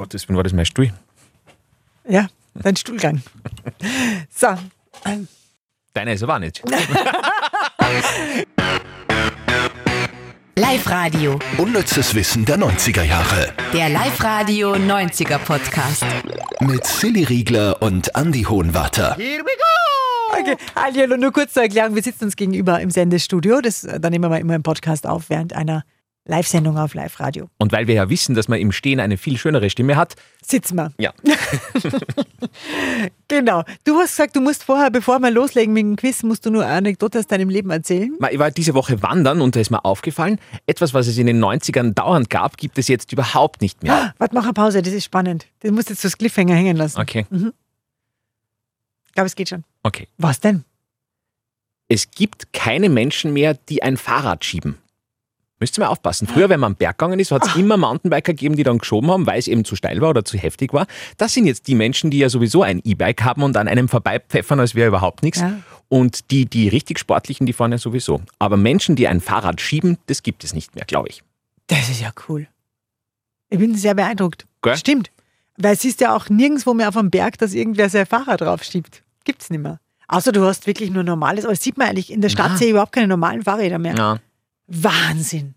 Gottes Willen, war das mein Stuhl? Ja, dein Stuhlgang. So. Deiner ist aber auch nicht. Live-Radio. Unnützes Wissen der 90er Jahre. Der Live-Radio 90er Podcast. Mit Silly Riegler und Andi Hohenwarter. Okay, hallo, nur kurz zur Erklärung. Wir sitzen uns gegenüber im Sendestudio. Da nehmen wir immer einen Podcast auf während einer Live-Sendung auf Live-Radio. Und weil wir ja wissen, dass man im Stehen eine viel schönere Stimme hat. Sitzen wir. Ja. Genau. Du hast gesagt, du musst vorher, bevor wir loslegen mit dem Quiz, musst du nur eine Anekdote aus deinem Leben erzählen. Ich war diese Woche wandern und da ist mir aufgefallen, etwas, was es in den 90ern dauernd gab, gibt es jetzt überhaupt nicht mehr. Warte, mach eine Pause, das ist spannend. Du musst jetzt das Cliffhanger hängen lassen. Okay. Ich glaube, es geht schon. Okay. Was denn? Es gibt keine Menschen mehr, die ein Fahrrad schieben. Müsst ihr mal aufpassen. Früher, wenn man am Berg gegangen ist, hat es immer Mountainbiker gegeben, die dann geschoben haben, weil es eben zu steil war oder zu heftig war. Das sind jetzt die Menschen, die ja sowieso ein E-Bike haben und an einem vorbeipfeffern, als wäre überhaupt nichts. Ja. Und die richtig Sportlichen, die fahren ja sowieso. Aber Menschen, die ein Fahrrad schieben, das gibt es nicht mehr, glaube ich. Das ist ja cool. Ich bin sehr beeindruckt. Gell? Stimmt. Weil es ist ja auch nirgendwo mehr auf dem Berg, dass irgendwer sein Fahrrad draufschiebt. Gibt's nicht mehr. Außer du hast wirklich nur normales, aber das sieht man eigentlich, in der Stadt sehe ich überhaupt keine normalen Fahrräder mehr. Ja. Wahnsinn.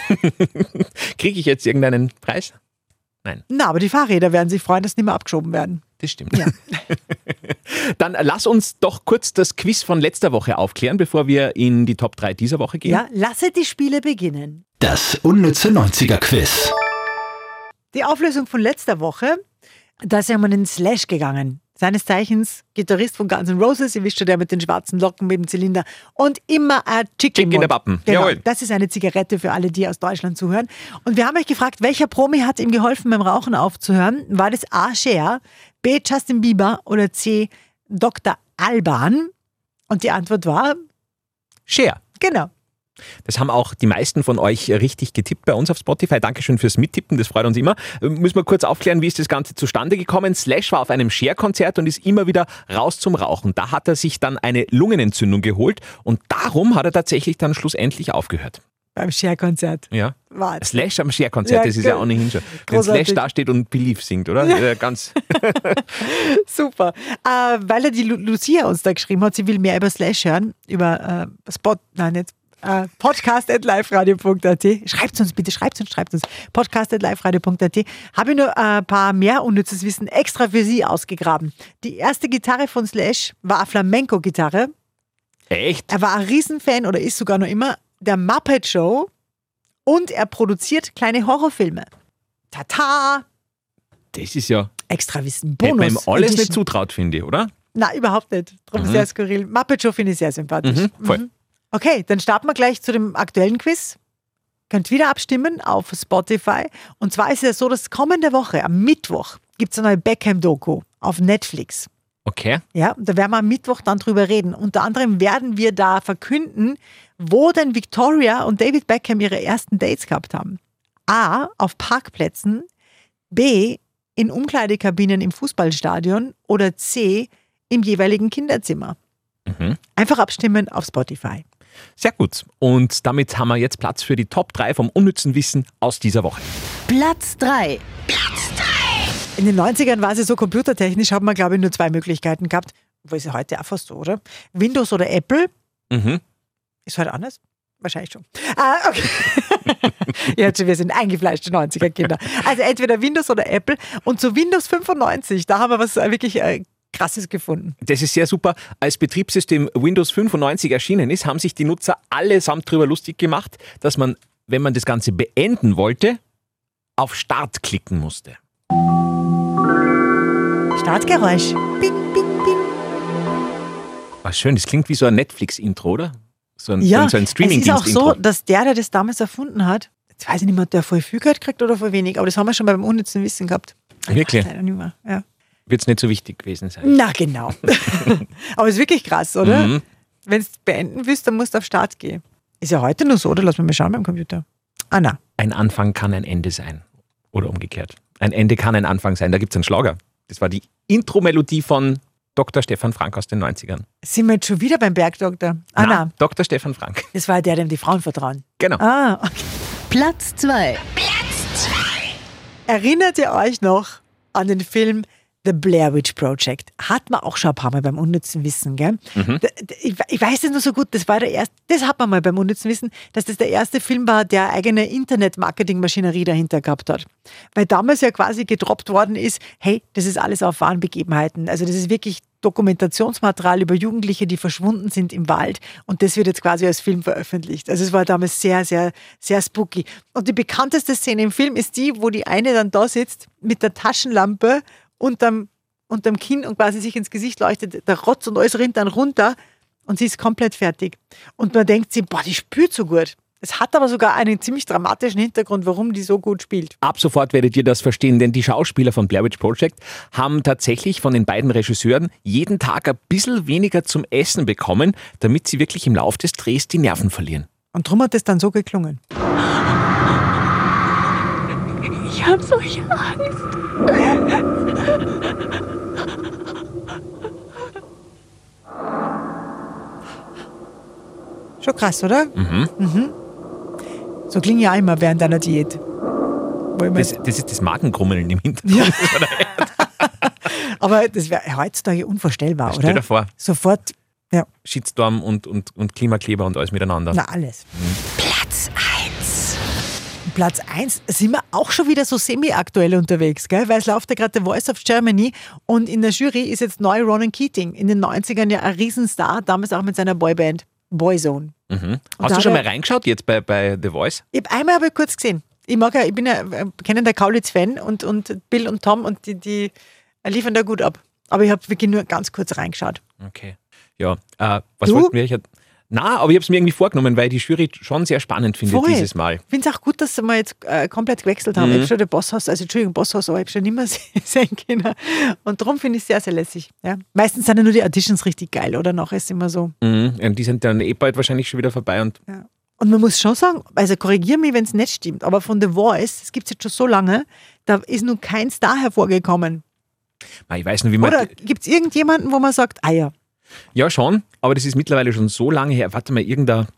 Kriege ich jetzt irgendeinen Preis? Nein. Na, aber die Fahrräder werden sich freuen, dass nicht mehr abgeschoben werden. Das stimmt. Ja. Dann lass uns doch kurz das Quiz von letzter Woche aufklären, bevor wir in die Top 3 dieser Woche gehen. Ja, lasse die Spiele beginnen. Das unnütze 90er Quiz. Die Auflösung von letzter Woche, da ist ja um einen Slash gegangen. Seines Zeichens Gitarrist von Guns N' Roses, ihr wisst schon, der mit den schwarzen Locken, mit dem Zylinder und immer ein Chick Chick in der Bappen. Genau, Jawohl. das ist eine Zigarette für alle, die aus Deutschland zuhören. Und wir haben euch gefragt, welcher Promi hat ihm geholfen, beim Rauchen aufzuhören? War das A. Cher, B. Justin Bieber oder C. Dr. Alban? Und die Antwort war Cher. genau. Das haben auch die meisten von euch richtig getippt bei uns auf Spotify. Dankeschön fürs Mittippen, das freut uns immer. Müssen wir kurz aufklären, wie ist das Ganze zustande gekommen? Slash war auf einem Cher-Konzert und ist immer wieder raus zum Rauchen. Da hat er sich dann eine Lungenentzündung geholt und darum hat er tatsächlich dann schlussendlich aufgehört. Beim Cher-Konzert. Ja. Wahnsinn. Slash am Cher-Konzert, das ist ja ohnehin schon. Wenn Großartig. Slash da steht und Belief singt, oder? Ja. Ganz Super. Weil er die Lucia uns da geschrieben hat, sie will mehr über Slash hören, über podcast@liveradio.at. Schreibt uns bitte, schreibt uns. podcast@liveradio.at. Habe ich nur ein paar mehr unnützes Wissen extra für Sie ausgegraben. Die erste Gitarre von Slash war eine Flamenco-Gitarre. echt? Er war ein Riesenfan oder ist sogar noch immer der Muppet Show und er produziert kleine Horrorfilme. Tata! Das ist ja, Extra Wissen, hätte man ihm Bonus. alles nicht Edition. zutraut, finde ich, oder? Nein, überhaupt nicht. Darum sehr skurril. Muppet Show finde ich sehr sympathisch. Voll. Okay, dann starten wir gleich zu dem aktuellen Quiz. Könnt wieder abstimmen auf Spotify. Und zwar ist es ja so, dass kommende Woche, am Mittwoch, gibt es eine neue Beckham-Doku auf Netflix. Okay. Ja, und da werden wir am Mittwoch dann drüber reden. Unter anderem werden wir da verkünden, wo denn Victoria und David Beckham ihre ersten Dates gehabt haben. A, auf Parkplätzen, B, in Umkleidekabinen im Fußballstadion oder C, im jeweiligen Kinderzimmer. Einfach abstimmen auf Spotify. Sehr gut. Und damit haben wir jetzt Platz für die Top 3 vom unnützen Wissen aus dieser Woche. Platz 3. In den 90ern war es so computertechnisch, haben wir, glaube ich, nur zwei Möglichkeiten gehabt. Wo ist ja heute auch fast so, oder? Windows oder Apple. Ist heute anders? Wahrscheinlich schon. Okay. Ja, wir sind eingefleischte 90er-Kinder. Also entweder Windows oder Apple. Und zu Windows 95, da haben wir was wirklich Krasses gefunden. Das ist sehr super. Als Betriebssystem Windows 95 erschienen ist, haben sich die Nutzer allesamt darüber lustig gemacht, dass man, wenn man das Ganze beenden wollte, auf Start klicken musste. Startgeräusch. Bing, bing, bing. Was schön, das klingt wie so ein Netflix-Intro, oder? So ein Ja, so ein es ist auch Streaming-Dienst-Intro. so, dass der das damals erfunden hat, jetzt weiß ich nicht mehr, ob der voll viel Geld kriegt oder voll wenig, aber das haben wir schon beim unnützen Wissen gehabt. Wirklich? Ich weiß leider nicht mehr. Ja. Wird es nicht so wichtig gewesen sein. Na genau. Aber ist wirklich krass, oder? Wenn du es beenden willst, dann musst du auf Start gehen. Ist ja heute nur so, oder? Lass mich mal schauen beim Computer. Ah, na. Ein Anfang kann ein Ende sein. Oder umgekehrt. Ein Ende kann ein Anfang sein. Da gibt es einen Schlager. Das war die Intro-Melodie von Dr. Stefan Frank aus den 90ern. Sind wir jetzt schon wieder beim Bergdoktor? Ah, na. Dr. Stefan Frank. Das war der, dem die Frauen vertrauen. Genau. Ah, okay. Platz 2. Erinnert ihr euch noch an den Film The Blair Witch Project. Hat man auch schon ein paar Mal beim unnützen Wissen, gell? Ich weiß es nur so gut, das hat man mal beim unnützen Wissen, dass das der erste Film war, der eine eigene Internet-Marketing-Maschinerie dahinter gehabt hat. Weil damals ja quasi gedroppt worden ist, hey, das ist alles auf wahren Begebenheiten. Also das ist wirklich Dokumentationsmaterial über Jugendliche, die verschwunden sind im Wald und das wird jetzt quasi als Film veröffentlicht. Also es war damals sehr, sehr, sehr spooky. Und die bekannteste Szene im Film ist die, wo die eine dann da sitzt mit der Taschenlampe unterm Kinn und quasi sich ins Gesicht leuchtet, der Rotz und alles rinnt dann runter und sie ist komplett fertig. Und man denkt sich, boah, die spürt so gut. Es hat aber sogar einen ziemlich dramatischen Hintergrund, warum die so gut spielt. Ab sofort werdet ihr das verstehen, denn die Schauspieler von Blair Witch Project haben tatsächlich von den beiden Regisseuren jeden Tag ein bisschen weniger zum Essen bekommen, damit sie wirklich im Lauf des Drehs die Nerven verlieren. Und drum hat es dann so geklungen. Ich habe solche Angst. Schon krass, oder? So klingt ja auch immer während einer Diät. Das ist das Magengrummeln im Hintergrund. Ja. Aber das wäre heutzutage unvorstellbar, oder? Stell dir vor. Sofort, ja. Shitstorm und Klimakleber und alles miteinander. Na, alles. Platz 1. Platz 1 sind wir auch schon wieder so semi-aktuell unterwegs, gell? Weil es läuft ja gerade The Voice of Germany und in der Jury ist jetzt neu Ronan Keating. In den 90ern ja ein Riesenstar, damals auch mit seiner Boyband Boyzone. Hast du schon mal reingeschaut jetzt bei The Voice? Ich habe einmal kurz gesehen. Ich bin ja kennender Kaulitz-Fan und Bill und Tom und die liefern da gut ab. Aber ich habe wirklich nur ganz kurz reingeschaut. Okay. Ja, was wollten wir? Nein, aber ich habe es mir irgendwie vorgenommen, weil ich die Jury schon sehr spannend finde dieses Mal. Ich finde es auch gut, dass sie mal jetzt komplett gewechselt haben. Ich habe schon den Bosshaus, aber ich habe schon nicht mehr sehen können. Und darum finde ich es sehr, sehr lässig. Ja. Meistens sind ja nur die Auditions richtig geil, oder? Nachher ist es immer so. Und die sind dann bald wahrscheinlich schon wieder vorbei. Und man muss schon sagen, also korrigiere mich, wenn es nicht stimmt, aber von The Voice, das gibt es jetzt schon so lange, da ist nun kein Star hervorgekommen. Ich weiß nicht, wie man... Oder gibt es irgendjemanden, wo man sagt, ja. Ja, schon, aber das ist mittlerweile schon so lange her. Warte mal, ich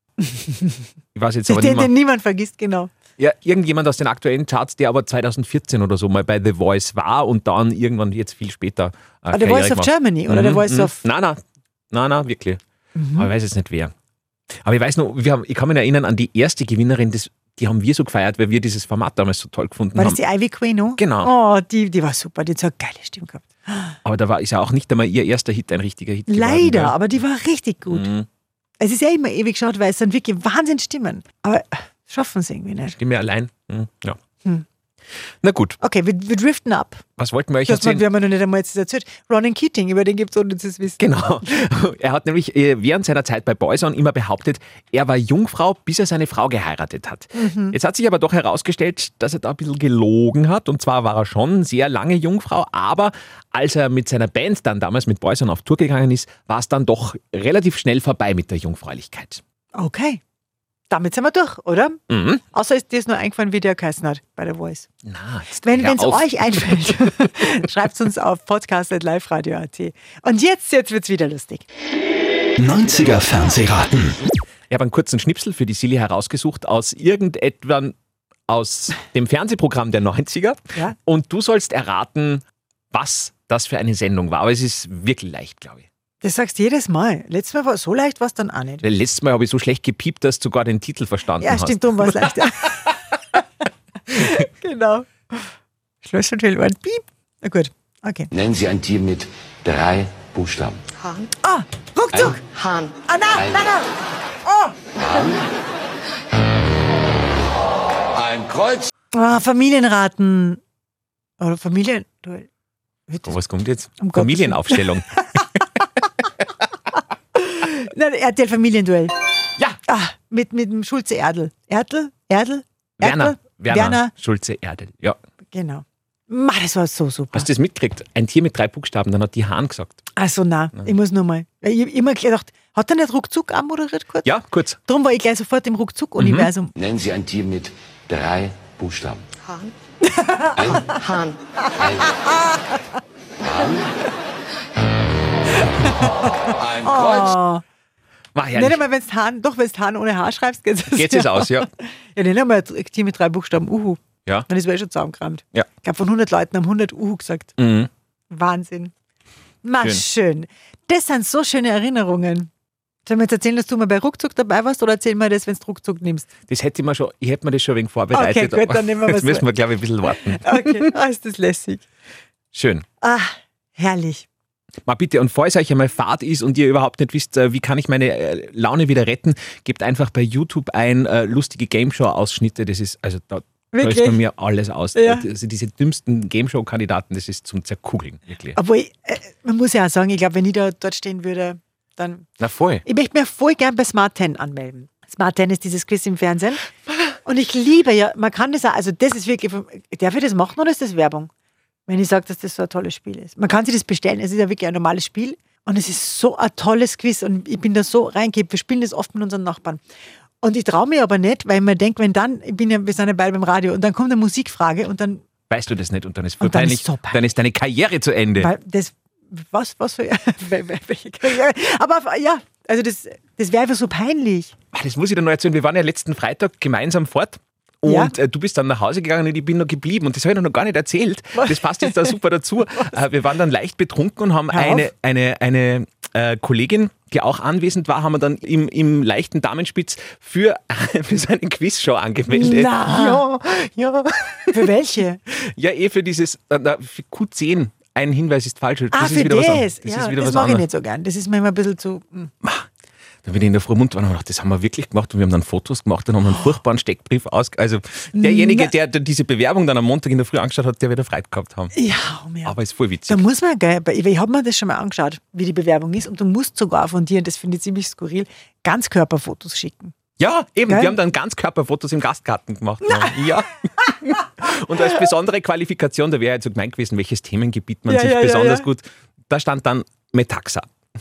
weiß jetzt aber nicht mehr. Den niemand vergisst, genau. Ja, irgendjemand aus den aktuellen Charts, der aber 2014 oder so mal bei The Voice war und dann irgendwann jetzt viel später The Voice of Germany oder The Voice of... Nein, wirklich. Aber ich weiß jetzt nicht wer. Aber ich weiß noch, ich kann mich erinnern an die erste Gewinnerin, die haben wir so gefeiert, weil wir dieses Format damals so toll gefunden haben. War das die Ivy Queen? Genau. Oh, die war super, die hat so eine geile Stimme gehabt. Aber ist ja auch nicht einmal ihr erster Hit ein richtiger Hit geworden. Leider, aber die war richtig gut. Es ist ja immer ewig geschaut, weil es sind wirklich Wahnsinnsstimmen. Aber schaffen sie irgendwie nicht. Stimme allein? Ja. Na gut. Okay, wir driften ab. Was wollten wir euch erzählen? Wir haben ja noch nicht einmal jetzt erzählt. Ronan Keating, über den gibt es unnützes Wissen. Genau. Er hat nämlich während seiner Zeit bei Boyzone immer behauptet, er war Jungfrau, bis er seine Frau geheiratet hat. Jetzt hat sich aber doch herausgestellt, dass er da ein bisschen gelogen hat. Und zwar war er schon sehr lange Jungfrau, aber als er mit seiner Band dann damals mit Boyzone auf Tour gegangen ist, war es dann doch relativ schnell vorbei mit der Jungfräulichkeit. Okay. Damit sind wir durch, oder? Außer ist dir es nur eingefallen, wie der geheißen hat bei der Voice. Wenn es euch einfällt, schreibt es uns auf podcast@liveradio.at. Und jetzt wird es wieder lustig. 90er Fernsehraten. Ich habe einen kurzen Schnipsel für die Silly herausgesucht aus dem Fernsehprogramm der 90er. Ja? Und du sollst erraten, was das für eine Sendung war. Aber es ist wirklich leicht, glaube ich. Das sagst du jedes Mal. Letztes Mal war so leicht, war es dann auch nicht. Letztes Mal habe ich so schlecht gepiept, dass du sogar den Titel verstanden hast. Ja, stimmt, darum war es leichter. Genau. Schluss und Schildwort. Piep. Na gut, okay. Nennen Sie ein Tier mit 3 Buchstaben. Hahn. Ah, ruckzuck. Hahn. Ah, nein. Oh. Ein Kreuz. Ah, Familienraten. Oder Familienduell. Was kommt jetzt? Um Familienaufstellung. Nein, RTL Familienduell. Ja. Ah, mit dem Schulze Erdl. Erdl? Werner Schulze Erdl. Ja. Genau. Das war so super. Hast du das mitgekriegt? Ein Tier mit 3 Buchstaben, dann hat die Hahn gesagt. Ach so, nein. Ich muss nur mal. Ich habe immer gedacht, hat er nicht Ruckzuck anmoderiert kurz? Ja, kurz. Darum war ich gleich sofort im Ruckzuck-Universum. Nennen Sie ein Tier mit 3 Buchstaben. Hahn. Ein Hahn. Ein Kreuz. Oh. War herrlich. Nicht einmal, wenn du Hahn ohne H schreibst, geht Geht's jetzt aus, ja. Ja, nicht einmal ein Tier mit 3 Buchstaben. Ja. Dann ist man schon zusammengekramt. Ja. Ich glaube, von 100 Leuten haben 100 gesagt. Mhm. Wahnsinn. Schön. Das sind so schöne Erinnerungen. Sollen wir jetzt erzählen, dass du mal bei Ruckzuck dabei warst oder erzähl mal das, wenn du Ruckzuck nimmst? Ich hätte mir das schon ein wenig vorbereitet. Okay, gut, dann nehmen wir Jetzt was. müssen wir, glaube ich, ein bisschen warten. Okay, ist das lässig. Schön. Herrlich. Mal bitte, und falls euch einmal Fahrt ist und ihr überhaupt nicht wisst, wie kann ich meine Laune wieder retten, gebt einfach bei YouTube ein lustige Gameshow-Ausschnitte. Das ist, also da ist bei mir alles aus. Ja. Also diese dümmsten Gameshow-Kandidaten, das ist zum Zerkugeln, wirklich. Obwohl, man muss ja auch sagen, ich glaube, wenn ich da dort stehen würde, dann... Na voll. Ich möchte mir voll gern bei Smart 10 anmelden. Smart 10 ist dieses Quiz im Fernsehen. Und ich liebe ja, man kann das auch, also das ist wirklich, darf ich das machen oder ist das Werbung? Wenn ich sage, dass das so ein tolles Spiel ist. Man kann sich das bestellen, es ist ja wirklich ein normales Spiel und es ist so ein tolles Quiz und ich bin da so reingekippt. Wir spielen das oft mit unseren Nachbarn. Und ich traue mir aber nicht, weil ich mir denke, wenn dann, wir sind ja beide beim Radio und dann kommt eine Musikfrage und dann... Weißt du das nicht und dann ist Und dann peinlich, ist so peinlich. dann ist deine Karriere zu Ende. Weil das, was für... welche Karriere? Aber ja, also das wäre einfach so peinlich. Das muss ich dir noch erzählen. Wir waren ja letzten Freitag gemeinsam fort. Und du bist dann nach Hause gegangen und ich bin noch geblieben. Und das habe ich noch gar nicht erzählt. Das passt jetzt da super dazu. Wir waren dann leicht betrunken und haben eine Kollegin, die auch anwesend war, haben wir dann im leichten Damenspitz für so eine Quizshow angemeldet. Na. Ja. Für welche? Ja, für dieses für Q10. Ein Hinweis ist falsch. Das ist für wieder was das. anderes. Das mache ich nicht so gern. Das ist mir immer ein bisschen zu... Da bin ich in der Früh munter und habe gedacht, das haben wir wirklich gemacht und wir haben dann Fotos gemacht und haben einen furchtbaren Steckbrief Also derjenige, der diese Bewerbung dann am Montag in der Früh angeschaut hat, der wird Freude gehabt haben. Ja, aber ist voll witzig. Da muss man, gell, ich habe mir das schon mal angeschaut, wie die Bewerbung ist und du musst sogar von dir, und das finde ich ziemlich skurril, Ganzkörperfotos schicken. Ja, eben. Geil. Wir haben dann Ganzkörperfotos im Gastgarten gemacht. Ja. Und als besondere Qualifikation, da wäre halt so gemeint gewesen, welches Themengebiet man sich besonders gut, da stand dann Metaxa.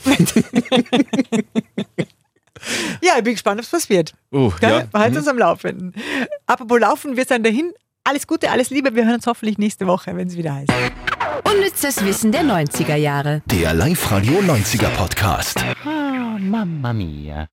Ja, ich bin gespannt, ob es was wird. Halt uns am Laufenden. Apropos Laufen, wir sind dahin. Alles Gute, alles Liebe. Wir hören uns hoffentlich nächste Woche, wenn es wieder heißt. Unnützes Wissen der 90er Jahre. Der Live-Radio 90er Podcast. Mamma mia.